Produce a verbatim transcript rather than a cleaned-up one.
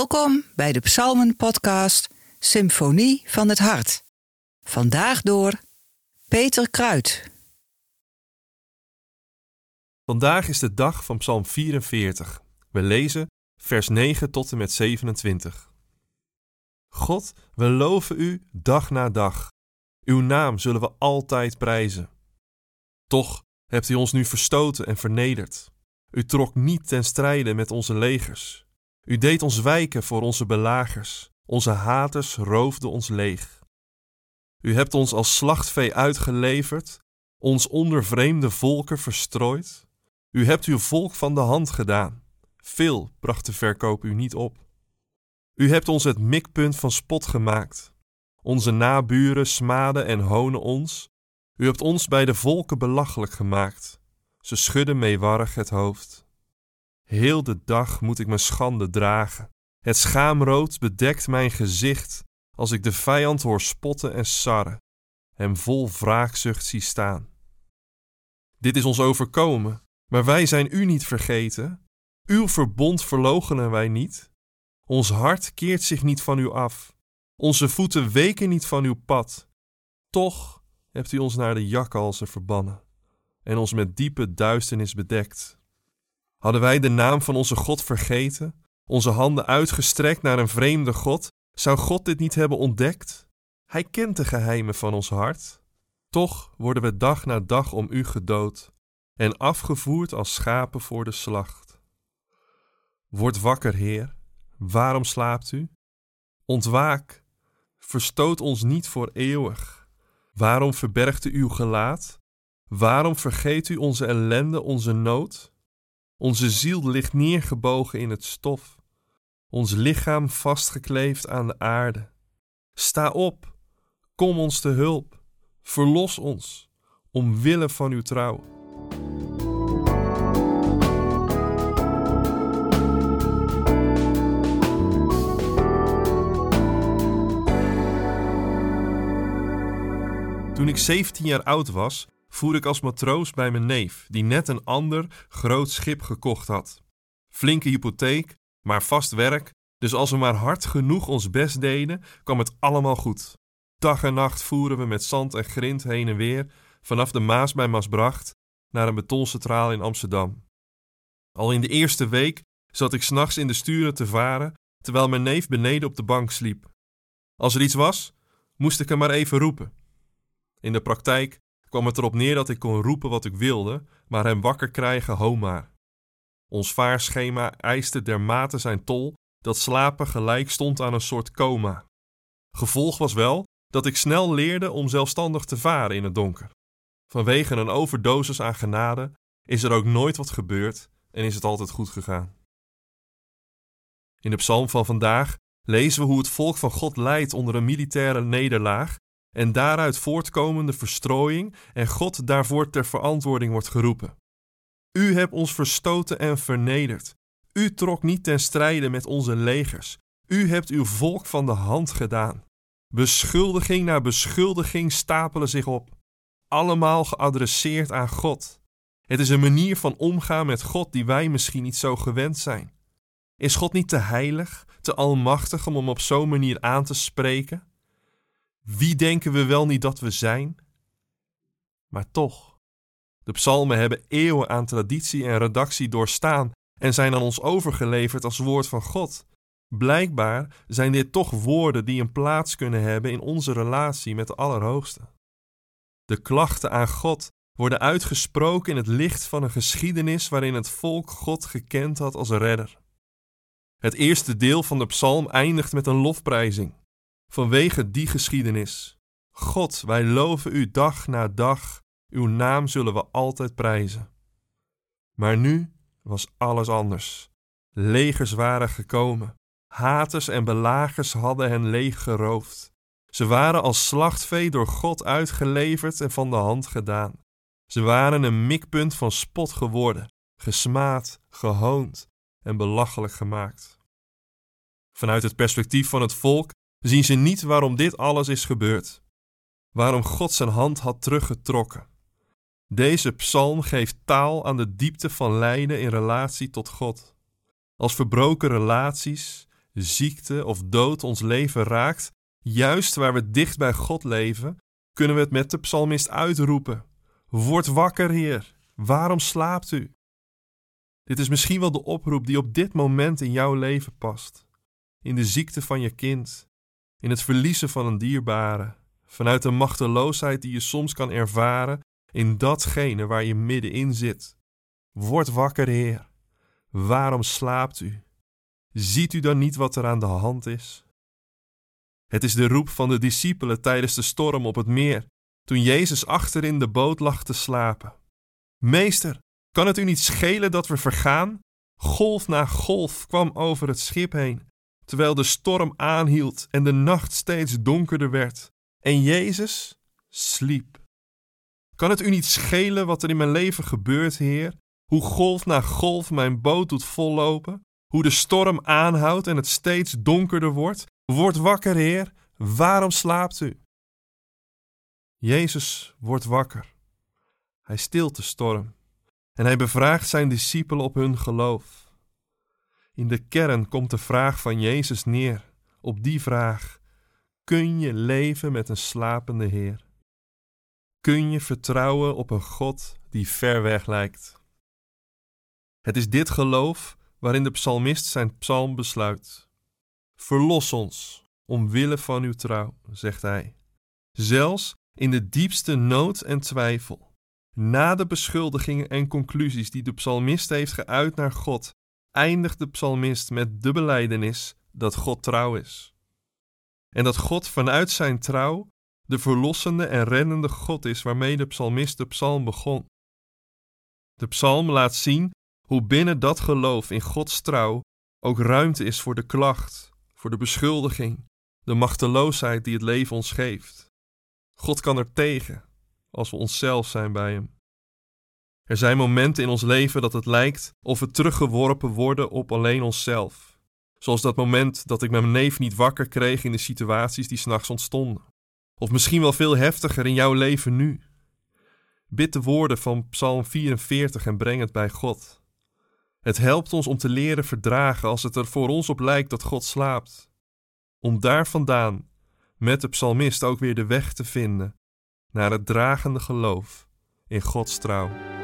Welkom bij de Psalmen-podcast Symfonie van het Hart. Vandaag door Peter Kruid. Vandaag is de dag van Psalm vierenveertig. We lezen vers negen tot en met zevenentwintig. God, we loven u dag na dag. Uw naam zullen we altijd prijzen. Toch hebt u ons nu verstoten en vernederd. U trok niet ten strijde met onze legers. U deed ons wijken voor onze belagers. Onze haters roofden ons leeg. U hebt ons als slachtvee uitgeleverd, ons onder vreemde volken verstrooid. U hebt uw volk van de hand gedaan. Veel bracht de verkoop u niet op. U hebt ons het mikpunt van spot gemaakt. Onze naburen smaden en honen ons. U hebt ons bij de volken belachelijk gemaakt. Ze schudden meewarig het hoofd. Heel de dag moet ik mijn schande dragen. Het schaamrood bedekt mijn gezicht als ik de vijand hoor spotten en sarren, hem vol wraakzucht zie staan. Dit is ons overkomen, maar wij zijn u niet vergeten. Uw verbond verloochenen wij niet. Ons hart keert zich niet van u af. Onze voeten weken niet van uw pad. Toch hebt u ons naar de jakhalzen verbannen en ons met diepe duisternis bedekt. Hadden wij de naam van onze God vergeten, onze handen uitgestrekt naar een vreemde God, zou God dit niet hebben ontdekt? Hij kent de geheimen van ons hart. Toch worden we dag na dag om u gedood en afgevoerd als schapen voor de slacht. Word wakker, Heer. Waarom slaapt u? Ontwaak. Verstoot ons niet voor eeuwig. Waarom verbergt u uw gelaat? Waarom vergeet u onze ellende, onze nood? Onze ziel ligt neergebogen in het stof, ons lichaam vastgekleefd aan de aarde. Sta op, kom ons te hulp, verlos ons, omwille van uw trouw. Toen ik zeventien jaar oud was, voer ik als matroos bij mijn neef, die net een ander groot schip gekocht had. Flinke hypotheek, maar vast werk, dus als we maar hard genoeg ons best deden, kwam het allemaal goed. Dag en nacht voeren we met zand en grind heen en weer, vanaf de Maas bij Maasbracht naar een betoncentraal in Amsterdam. Al in de eerste week zat ik 's nachts in de sturen te varen, terwijl mijn neef beneden op de bank sliep. Als er iets was, moest ik hem maar even roepen. In de praktijk kwam het erop neer dat ik kon roepen wat ik wilde, maar hem wakker krijgen, ho maar. Ons vaarschema eiste dermate zijn tol dat slapen gelijk stond aan een soort coma. Gevolg was wel dat ik snel leerde om zelfstandig te varen in het donker. Vanwege een overdosis aan genade is er ook nooit wat gebeurd en is het altijd goed gegaan. In de psalm van vandaag lezen we hoe het volk van God lijdt onder een militaire nederlaag en daaruit voortkomende verstrooiing en God daarvoor ter verantwoording wordt geroepen. U hebt ons verstoten en vernederd. U trok niet ten strijde met onze legers. U hebt uw volk van de hand gedaan. Beschuldiging na beschuldiging stapelen zich op. Allemaal geadresseerd aan God. Het is een manier van omgaan met God die wij misschien niet zo gewend zijn. Is God niet te heilig, te almachtig om hem op zo'n manier aan te spreken? Wie denken we wel niet dat we zijn? Maar toch, de psalmen hebben eeuwen aan traditie en redactie doorstaan en zijn aan ons overgeleverd als woord van God. Blijkbaar zijn dit toch woorden die een plaats kunnen hebben in onze relatie met de Allerhoogste. De klachten aan God worden uitgesproken in het licht van een geschiedenis waarin het volk God gekend had als redder. Het eerste deel van de psalm eindigt met een lofprijzing. Vanwege die geschiedenis. God, wij loven u dag na dag, uw naam zullen we altijd prijzen. Maar nu was alles anders. Legers waren gekomen. Haters en belagers hadden hen leeg geroofd. Ze waren als slachtvee door God uitgeleverd en van de hand gedaan. Ze waren een mikpunt van spot geworden, gesmaad, gehoond en belachelijk gemaakt. Vanuit het perspectief van het volk zien ze niet waarom dit alles is gebeurd. Waarom God zijn hand had teruggetrokken. Deze psalm geeft taal aan de diepte van lijden in relatie tot God. Als verbroken relaties, ziekte of dood ons leven raakt, juist waar we dicht bij God leven, kunnen we het met de psalmist uitroepen. Word wakker, Heer, waarom slaapt u? Dit is misschien wel de oproep die op dit moment in jouw leven past. In de ziekte van je kind, in het verliezen van een dierbare, vanuit de machteloosheid die je soms kan ervaren in datgene waar je middenin zit. Word wakker, Heer, waarom slaapt u? Ziet u dan niet wat er aan de hand is? Het is de roep van de discipelen tijdens de storm op het meer, toen Jezus achterin de boot lag te slapen. Meester, kan het u niet schelen dat we vergaan? Golf na golf kwam over het schip heen, terwijl de storm aanhield en de nacht steeds donkerder werd. En Jezus sliep. Kan het u niet schelen wat er in mijn leven gebeurt, Heer? Hoe golf na golf mijn boot doet vollopen? Hoe de storm aanhoudt en het steeds donkerder wordt? Word wakker, Heer, waarom slaapt u? Jezus wordt wakker. Hij stilt de storm en hij bevraagt zijn discipelen op hun geloof. In de kern komt de vraag van Jezus neer op die vraag: kun je leven met een slapende Heer? Kun je vertrouwen op een God die ver weg lijkt? Het is dit geloof waarin de psalmist zijn psalm besluit. Verlos ons, omwille van uw trouw, zegt hij. Zelfs in de diepste nood en twijfel, na de beschuldigingen en conclusies die de psalmist heeft geuit naar God, eindigt de psalmist met de belijdenis dat God trouw is. En dat God vanuit zijn trouw de verlossende en reddende God is waarmee de psalmist de psalm begon. De psalm laat zien hoe binnen dat geloof in Gods trouw ook ruimte is voor de klacht, voor de beschuldiging, de machteloosheid die het leven ons geeft. God kan er tegen als we onszelf zijn bij hem. Er zijn momenten in ons leven dat het lijkt of we teruggeworpen worden op alleen onszelf. Zoals dat moment dat ik mijn neef niet wakker kreeg in de situaties die 's nachts ontstonden. Of misschien wel veel heftiger in jouw leven nu. Bid de woorden van Psalm vierenveertig en breng het bij God. Het helpt ons om te leren verdragen als het er voor ons op lijkt dat God slaapt. Om daar vandaan met de psalmist ook weer de weg te vinden naar het dragende geloof in Gods trouw.